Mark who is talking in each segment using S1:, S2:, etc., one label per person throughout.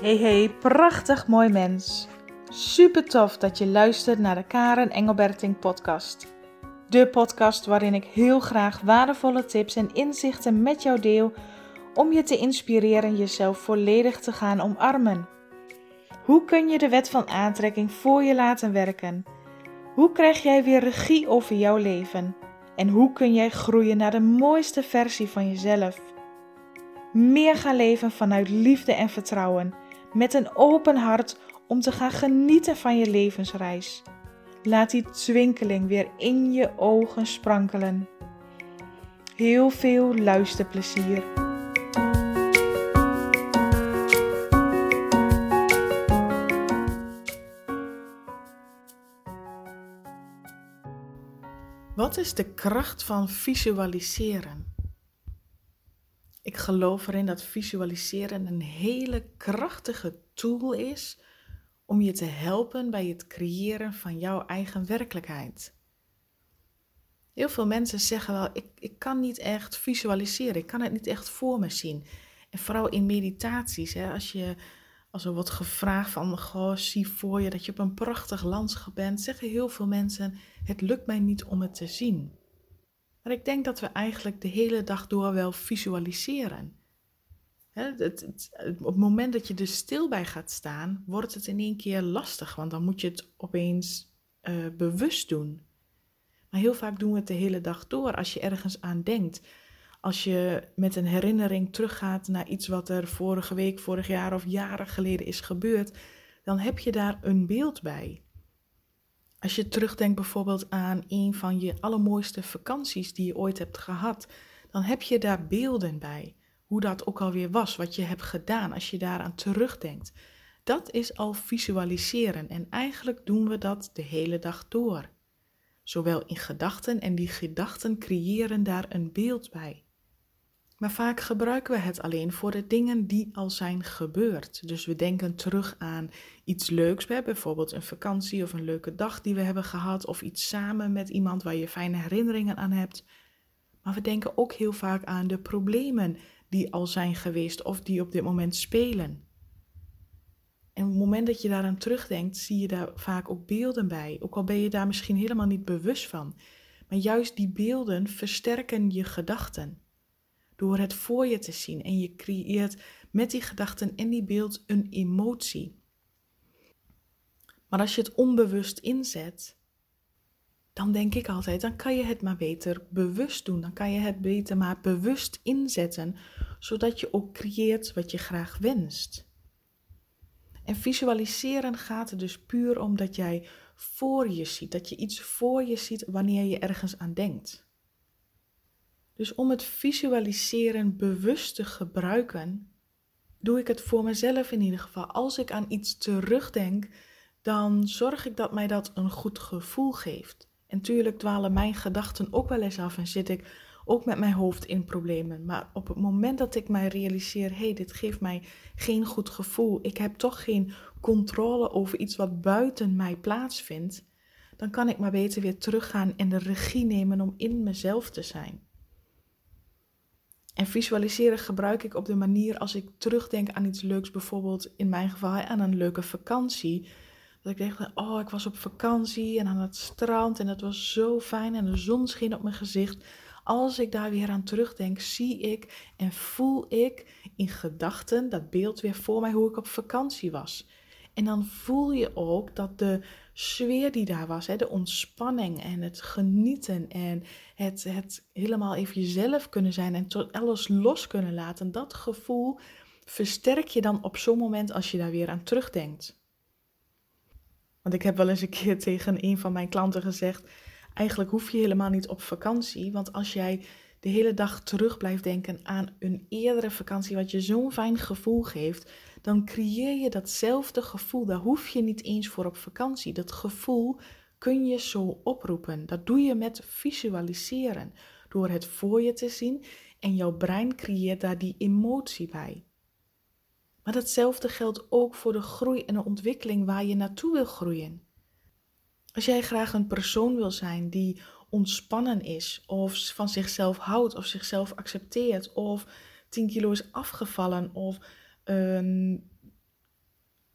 S1: Hey, prachtig mooi mens. Super tof dat je luistert naar de Karen Engelberting podcast. De podcast waarin ik heel graag waardevolle tips en inzichten met jou deel om je te inspireren jezelf volledig te gaan omarmen. Hoe kun je de wet van aantrekking voor je laten werken? Hoe krijg jij weer regie over jouw leven? En hoe kun jij groeien naar de mooiste versie van jezelf? Meer gaan leven vanuit liefde en vertrouwen, met een open hart om te gaan genieten van je levensreis. Laat die twinkeling weer in je ogen sprankelen. Heel veel luisterplezier. Wat is de kracht van visualiseren? Ik geloof erin dat visualiseren een hele krachtige tool is om je te helpen bij het creëren van jouw eigen werkelijkheid. Heel veel mensen zeggen wel, ik kan niet echt visualiseren, ik kan het niet echt voor me zien. En vooral in meditaties, als er wordt gevraagd van, goh, zie voor je dat je op een prachtig landschap bent, zeggen heel veel mensen, het lukt mij niet om het te zien. Maar ik denk dat we eigenlijk de hele dag door wel visualiseren. Op het moment dat je er stil bij gaat staan, wordt het in één keer lastig, want dan moet je het opeens bewust doen. Maar heel vaak doen we het de hele dag door als je ergens aan denkt. Als je met een herinnering teruggaat naar iets wat er vorige week, vorig jaar of jaren geleden is gebeurd, dan heb je daar een beeld bij. Als je terugdenkt bijvoorbeeld aan een van je allermooiste vakanties die je ooit hebt gehad, dan heb je daar beelden bij. Hoe dat ook alweer was, wat je hebt gedaan als je daaraan terugdenkt. Dat is al visualiseren en eigenlijk doen we dat de hele dag door. Zowel in gedachten en die gedachten creëren daar een beeld bij. Maar vaak gebruiken we het alleen voor de dingen die al zijn gebeurd. Dus we denken terug aan iets leuks, bijvoorbeeld een vakantie of een leuke dag die we hebben gehad, of iets samen met iemand waar je fijne herinneringen aan hebt. Maar we denken ook heel vaak aan de problemen die al zijn geweest of die op dit moment spelen. En op het moment dat je daaraan terugdenkt, zie je daar vaak ook beelden bij. Ook al ben je daar misschien helemaal niet bewust van. Maar juist die beelden versterken je gedachten. Door het voor je te zien en je creëert met die gedachten en die beeld een emotie. Maar als je het onbewust inzet, dan denk ik altijd, dan kan je het maar beter bewust doen. Dan kan je het beter maar bewust inzetten, zodat je ook creëert wat je graag wenst. En visualiseren gaat er dus puur om dat jij voor je ziet, dat je iets voor je ziet wanneer je ergens aan denkt. Dus om het visualiseren bewust te gebruiken, doe ik het voor mezelf in ieder geval. Als ik aan iets terugdenk, dan zorg ik dat mij dat een goed gevoel geeft. En tuurlijk dwalen mijn gedachten ook wel eens af en zit ik ook met mijn hoofd in problemen. Maar op het moment dat ik mij realiseer, dit geeft mij geen goed gevoel, ik heb toch geen controle over iets wat buiten mij plaatsvindt, dan kan ik maar beter weer teruggaan en de regie nemen om in mezelf te zijn. En visualiseren gebruik ik op de manier als ik terugdenk aan iets leuks, bijvoorbeeld in mijn geval aan een leuke vakantie. Dat ik denk, ik was op vakantie en aan het strand en het was zo fijn en de zon scheen op mijn gezicht. Als ik daar weer aan terugdenk, zie ik en voel ik in gedachten dat beeld weer voor mij hoe ik op vakantie was. En dan voel je ook dat de sfeer die daar was, de ontspanning en het genieten en het helemaal even jezelf kunnen zijn en tot alles los kunnen laten, dat gevoel versterk je dan op zo'n moment als je daar weer aan terugdenkt. Want ik heb wel eens een keer tegen een van mijn klanten gezegd, eigenlijk hoef je helemaal niet op vakantie, want als jij de hele dag terug blijft denken aan een eerdere vakantie wat je zo'n fijn gevoel geeft, dan creëer je datzelfde gevoel. Daar hoef je niet eens voor op vakantie. Dat gevoel kun je zo oproepen. Dat doe je met visualiseren. Door het voor je te zien en jouw brein creëert daar die emotie bij. Maar datzelfde geldt ook voor de groei en de ontwikkeling waar je naartoe wil groeien. Als jij graag een persoon wil zijn die ontspannen is, of van zichzelf houdt, of zichzelf accepteert, of 10 kilo is afgevallen, of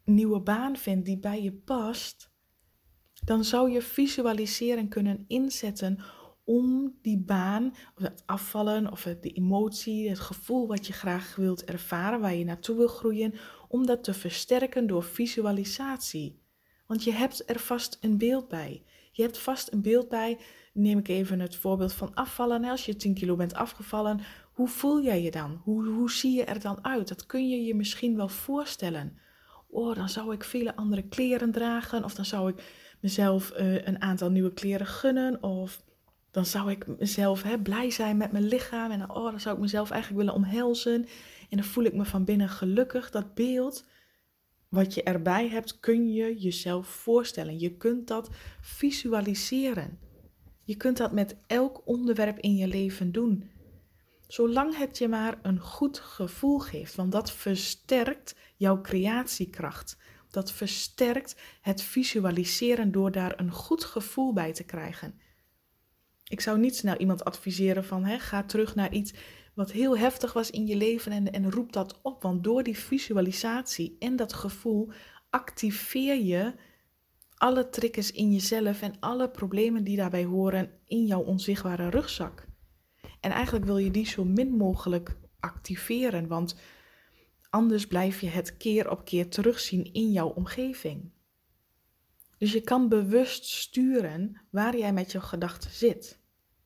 S1: nieuwe baan vindt die bij je past, dan zou je visualiseren kunnen inzetten om die baan, of het afvallen, of de emotie, het gevoel wat je graag wilt ervaren, waar je naartoe wil groeien, om dat te versterken door visualisatie. Want je hebt er vast een beeld bij. Je hebt vast een beeld bij, neem ik even het voorbeeld van afvallen. Als je 10 kilo bent afgevallen, hoe voel jij je dan? Hoe zie je er dan uit? Dat kun je je misschien wel voorstellen. Oh, dan zou ik vele andere kleren dragen, of dan zou ik mezelf een aantal nieuwe kleren gunnen, of dan zou ik mezelf blij zijn met mijn lichaam en dan zou ik mezelf eigenlijk willen omhelzen en dan voel ik me van binnen gelukkig. Dat beeld wat je erbij hebt, kun je jezelf voorstellen. Je kunt dat visualiseren. Je kunt dat met elk onderwerp in je leven doen. Zolang het je maar een goed gevoel geeft, want dat versterkt jouw creatiekracht. Dat versterkt het visualiseren door daar een goed gevoel bij te krijgen. Ik zou niet snel iemand adviseren van ga terug naar iets wat heel heftig was in je leven en roep dat op. Want door die visualisatie en dat gevoel activeer je alle triggers in jezelf en alle problemen die daarbij horen in jouw onzichtbare rugzak. En eigenlijk wil je die zo min mogelijk activeren, want anders blijf je het keer op keer terugzien in jouw omgeving. Dus je kan bewust sturen waar jij met jouw gedachten zit.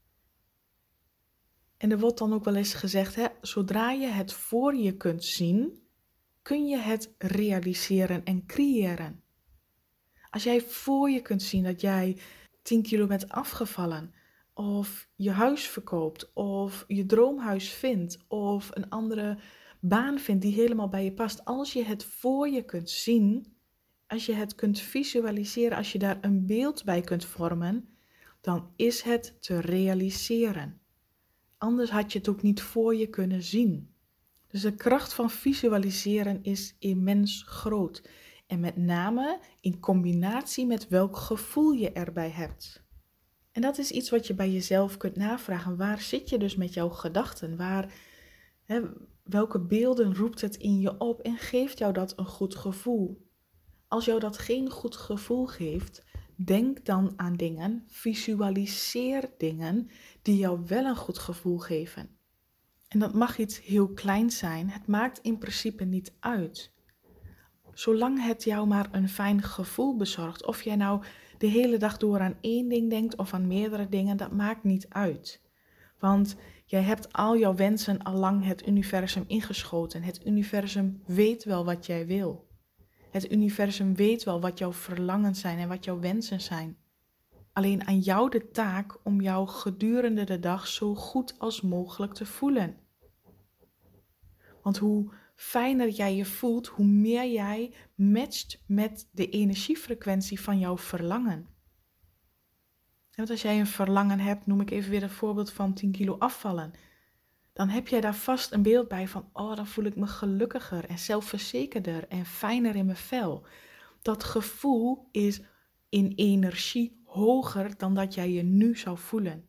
S1: En er wordt dan ook wel eens gezegd, zodra je het voor je kunt zien, kun je het realiseren en creëren. Als jij voor je kunt zien dat jij 10 kilo bent afgevallen, of je huis verkoopt, of je droomhuis vindt, of een andere baan vindt die helemaal bij je past. Als je het voor je kunt zien, als je het kunt visualiseren, als je daar een beeld bij kunt vormen, dan is het te realiseren. Anders had je het ook niet voor je kunnen zien. Dus de kracht van visualiseren is immens groot. En met name in combinatie met welk gevoel je erbij hebt. En dat is iets wat je bij jezelf kunt navragen. Waar zit je dus met jouw gedachten? Welke beelden roept het in je op en geeft jou dat een goed gevoel? Als jou dat geen goed gevoel geeft, denk dan aan dingen, visualiseer dingen die jou wel een goed gevoel geven. En dat mag iets heel kleins zijn, het maakt in principe niet uit. Zolang het jou maar een fijn gevoel bezorgt, of jij nou de hele dag door aan één ding denkt of aan meerdere dingen, dat maakt niet uit. Want jij hebt al jouw wensen al lang het universum ingeschoten. Het universum weet wel wat jij wil. Het universum weet wel wat jouw verlangens zijn en wat jouw wensen zijn. Alleen aan jou de taak om jou gedurende de dag zo goed als mogelijk te voelen. Want hoe fijner jij je voelt, hoe meer jij matcht met de energiefrequentie van jouw verlangen. Want als jij een verlangen hebt, noem ik even weer het voorbeeld van 10 kilo afvallen. Dan heb jij daar vast een beeld bij van, dan voel ik me gelukkiger en zelfverzekerder en fijner in mijn vel. Dat gevoel is in energie hoger dan dat jij je nu zou voelen.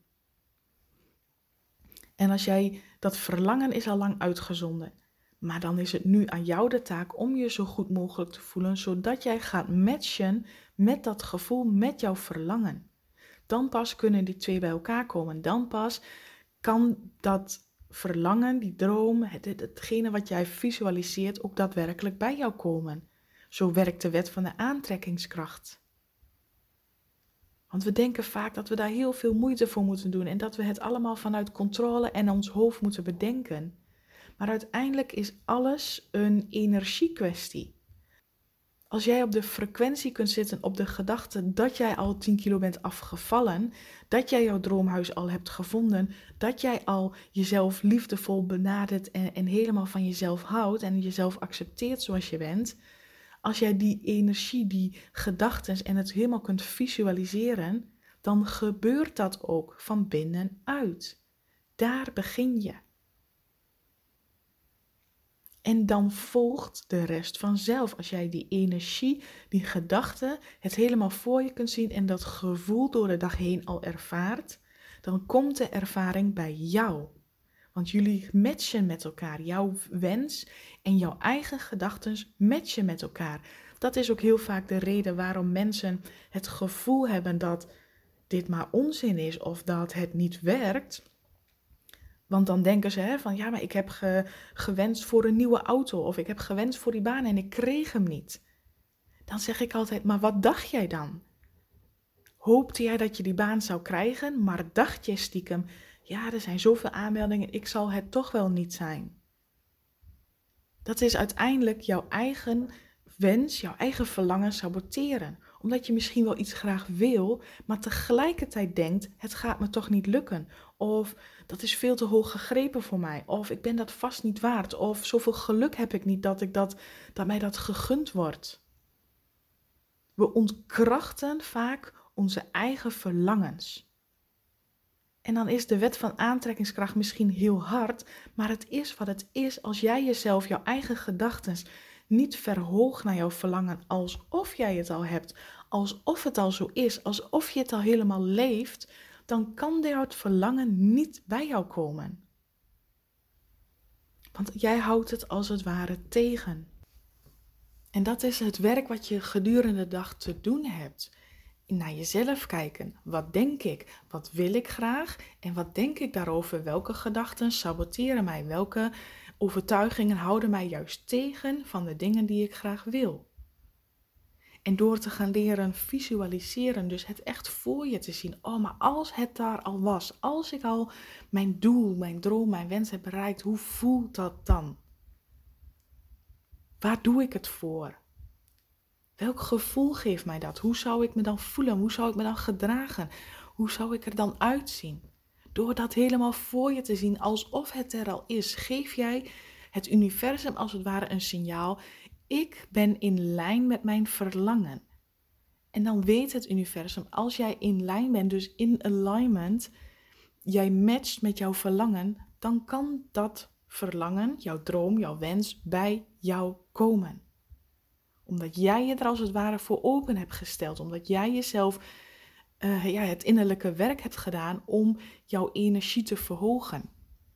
S1: En als jij, dat verlangen is al lang uitgezonden. Maar dan is het nu aan jou de taak om je zo goed mogelijk te voelen, zodat jij gaat matchen met dat gevoel, met jouw verlangen. Dan pas kunnen die twee bij elkaar komen. Dan pas kan dat verlangen, die droom, hetgene wat jij visualiseert, ook daadwerkelijk bij jou komen. Zo werkt de wet van de aantrekkingskracht. Want we denken vaak dat we daar heel veel moeite voor moeten doen en dat we het allemaal vanuit controle en ons hoofd moeten bedenken. Maar uiteindelijk is alles een energiekwestie. Als jij op de frequentie kunt zitten, op de gedachte dat jij al 10 kilo bent afgevallen, dat jij jouw droomhuis al hebt gevonden, dat jij al jezelf liefdevol benadert en helemaal van jezelf houdt en jezelf accepteert zoals je bent. Als jij die energie, die gedachten en het helemaal kunt visualiseren, dan gebeurt dat ook van binnenuit. Daar begin je. En dan volgt de rest vanzelf. Als jij die energie, die gedachten, het helemaal voor je kunt zien en dat gevoel door de dag heen al ervaart, dan komt de ervaring bij jou. Want jullie matchen met elkaar. Jouw wens en jouw eigen gedachten matchen met elkaar. Dat is ook heel vaak de reden waarom mensen het gevoel hebben dat dit maar onzin is of dat het niet werkt. Want dan denken ze van ja, maar ik heb gewenst voor een nieuwe auto of ik heb gewenst voor die baan en ik kreeg hem niet. Dan zeg ik altijd, maar wat dacht jij dan? Hoopte jij dat je die baan zou krijgen, maar dacht jij stiekem, ja, er zijn zoveel aanmeldingen, ik zal het toch wel niet zijn. Dat is uiteindelijk jouw eigen wens, jouw eigen verlangen saboteren. Omdat je misschien wel iets graag wil, maar tegelijkertijd denkt, het gaat me toch niet lukken. Of dat is veel te hoog gegrepen voor mij. Of ik ben dat vast niet waard. Of zoveel geluk heb ik niet dat mij dat gegund wordt. We ontkrachten vaak onze eigen verlangens. En dan is de wet van aantrekkingskracht misschien heel hard, maar het is wat het is als jij jezelf, jouw eigen gedachten, niet verhoogt naar jouw verlangen alsof jij het al hebt, alsof het al zo is, alsof je het al helemaal leeft, dan kan jouw verlangen niet bij jou komen. Want jij houdt het als het ware tegen. En dat is het werk wat je gedurende de dag te doen hebt. Naar jezelf kijken. Wat denk ik? Wat wil ik graag? En wat denk ik daarover? Welke gedachten saboteren mij? Welke overtuigingen houden mij juist tegen van de dingen die ik graag wil? En door te gaan leren visualiseren, dus het echt voor je te zien. Oh, maar als het daar al was, als ik al mijn doel, mijn droom, mijn wens heb bereikt, hoe voelt dat dan? Waar doe ik het voor? Welk gevoel geeft mij dat? Hoe zou ik me dan voelen? Hoe zou ik me dan gedragen? Hoe zou ik er dan uitzien? Door dat helemaal voor je te zien alsof het er al is, geef jij het universum als het ware een signaal. Ik ben in lijn met mijn verlangen. En dan weet het universum, als jij in lijn bent, dus in alignment, jij matcht met jouw verlangen, dan kan dat verlangen, jouw droom, jouw wens bij jou komen. Omdat jij je er als het ware voor open hebt gesteld. Omdat jij jezelf het innerlijke werk hebt gedaan om jouw energie te verhogen.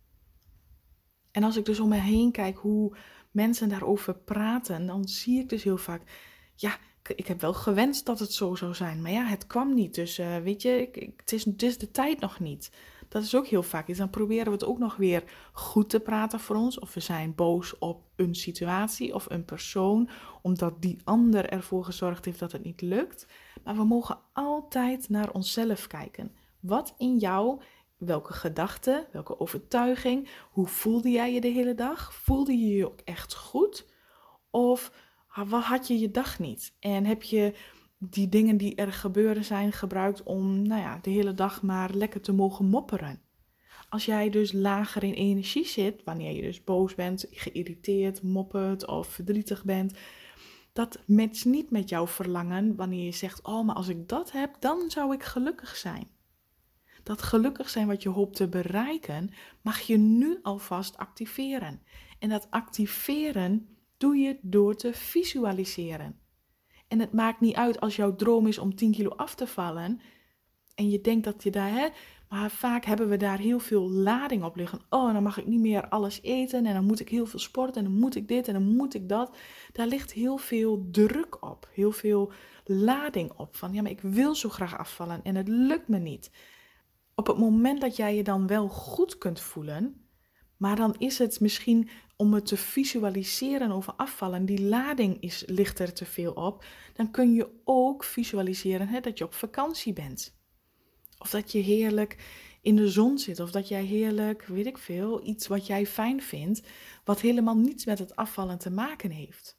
S1: En als ik dus om me heen kijk hoe mensen daarover praten, dan zie ik dus heel vaak, ja, ik heb wel gewenst dat het zo zou zijn. Maar ja, het kwam niet. Dus weet je, het is de tijd nog niet. Dat is ook heel vaak iets. Dan proberen we het ook nog weer goed te praten voor ons. Of we zijn boos op een situatie of een persoon, omdat die ander ervoor gezorgd heeft dat het niet lukt. Maar we mogen altijd naar onszelf kijken. Wat in jou, welke gedachte, welke overtuiging, hoe voelde jij je de hele dag? Voelde je je ook echt goed? Of wat had je dag niet? En heb je die dingen die er gebeuren zijn gebruikt om de hele dag maar lekker te mogen mopperen? Als jij dus lager in energie zit, wanneer je dus boos bent, geïrriteerd, moppert of verdrietig bent, dat matcht niet met jouw verlangen wanneer je zegt, oh, maar als ik dat heb, dan zou ik gelukkig zijn. Dat gelukkig zijn wat je hoopt te bereiken, mag je nu alvast activeren. En dat activeren doe je door te visualiseren. En het maakt niet uit als jouw droom is om 10 kilo af te vallen en je denkt dat je daar, maar vaak hebben we daar heel veel lading op liggen. Oh, dan mag ik niet meer alles eten en dan moet ik heel veel sporten en dan moet ik dit en dan moet ik dat. Daar ligt heel veel druk op, heel veel lading op van ja, maar ik wil zo graag afvallen en het lukt me niet. Op het moment dat jij je dan wel goed kunt voelen, maar dan is het misschien om het te visualiseren over afvallen, die lading ligt er te veel op, dan kun je ook visualiseren dat je op vakantie bent. Of dat je heerlijk in de zon zit, of dat jij heerlijk, weet ik veel, iets wat jij fijn vindt, wat helemaal niets met het afvallen te maken heeft.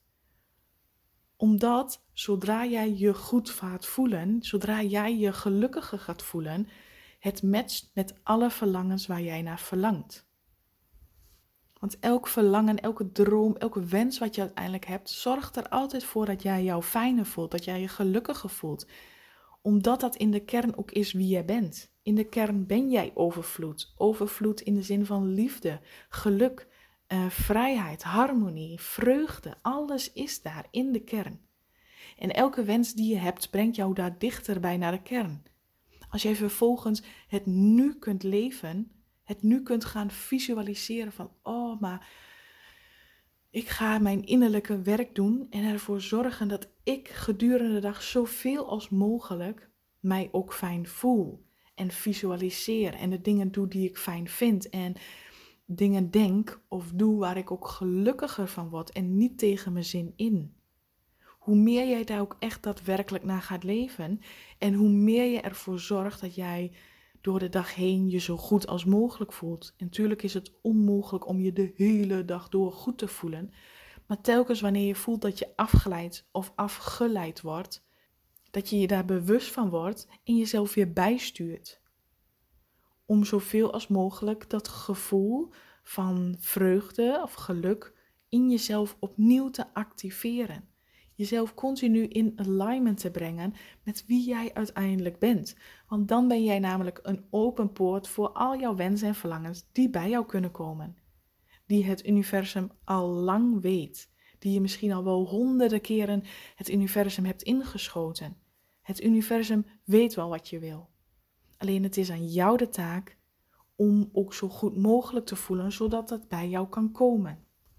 S1: Omdat zodra jij je goed gaat voelen, zodra jij je gelukkiger gaat voelen, het matcht met alle verlangens waar jij naar verlangt. Want elk verlangen, elke droom, elke wens wat je uiteindelijk hebt, zorgt er altijd voor dat jij jou fijner voelt, dat jij je gelukkiger voelt. Omdat dat in de kern ook is wie jij bent. In de kern ben jij overvloed. Overvloed in de zin van liefde, geluk, vrijheid, harmonie, vreugde. Alles is daar in de kern. En elke wens die je hebt, brengt jou daar dichterbij naar de kern. Als jij vervolgens het nu kunt leven, het nu kunt gaan visualiseren van, oh, maar Ik ga mijn innerlijke werk doen en ervoor zorgen dat ik gedurende de dag zoveel als mogelijk mij ook fijn voel. En visualiseer en de dingen doe die ik fijn vind. En dingen denk of doe waar ik ook gelukkiger van word en niet tegen mijn zin in. Hoe meer jij daar ook echt daadwerkelijk naar gaat leven en hoe meer je ervoor zorgt dat jij door de dag heen je zo goed als mogelijk voelt. En natuurlijk is het onmogelijk om je de hele dag door goed te voelen. Maar telkens wanneer je voelt dat je afgeleid of afgeleid wordt, dat je je daar bewust van wordt en jezelf weer bijstuurt. Om zoveel als mogelijk dat gevoel van vreugde of geluk in jezelf opnieuw te activeren. Jezelf continu in alignment te brengen met wie jij uiteindelijk bent. Want dan ben jij namelijk een open poort voor al jouw wensen en verlangens die bij jou kunnen komen. Die het universum al lang weet. Die je misschien al wel honderden keren het universum hebt ingeschoten. Het universum weet wel wat je wil. Alleen het is aan jou de taak om ook zo goed mogelijk te voelen, zodat dat bij jou kan komen.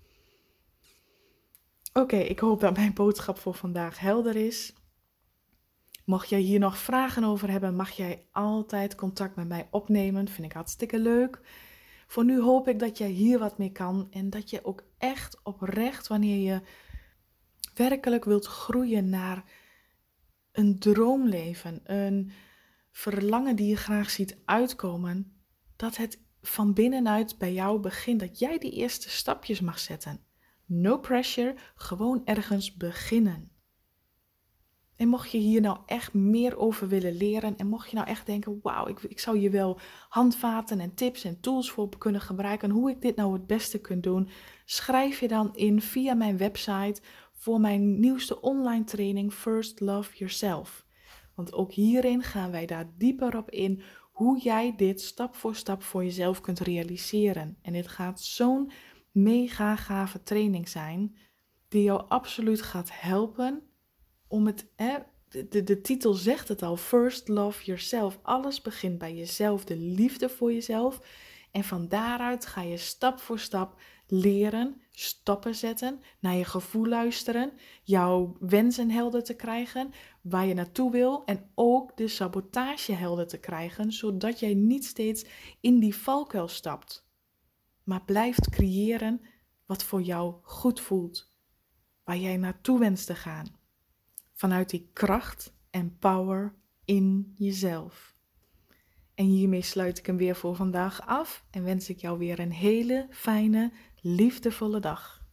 S1: Oké, ik hoop dat mijn boodschap voor vandaag helder is. Mocht jij hier nog vragen over hebben, mag jij altijd contact met mij opnemen. Vind ik hartstikke leuk. Voor nu hoop ik dat jij hier wat mee kan en dat je ook echt oprecht, wanneer je werkelijk wilt groeien naar een droomleven, een verlangen die je graag ziet uitkomen, dat het van binnenuit bij jou begint, dat jij die eerste stapjes mag zetten. No pressure, gewoon ergens beginnen. En mocht je hier nou echt meer over willen leren en mocht je nou echt denken, wauw, ik zou hier wel handvaten en tips en tools voor kunnen gebruiken, hoe ik dit nou het beste kan doen, schrijf je dan in via mijn website voor mijn nieuwste online training First Love Yourself. Want ook hierin gaan wij daar dieper op in hoe jij dit stap voor jezelf kunt realiseren. En dit gaat zo'n mega gave training zijn die jou absoluut gaat helpen om het, de titel zegt het al, First Love Yourself. Alles begint bij jezelf, de liefde voor jezelf. En van daaruit ga je stap voor stap leren, stappen zetten, naar je gevoel luisteren, jouw wensen helder te krijgen, waar je naartoe wil en ook de sabotage helder te krijgen, zodat jij niet steeds in die valkuil stapt, maar blijft creëren wat voor jou goed voelt, waar jij naartoe wenst te gaan. Vanuit die kracht en power in jezelf. En hiermee sluit ik hem weer voor vandaag af en wens ik jou weer een hele fijne, liefdevolle dag.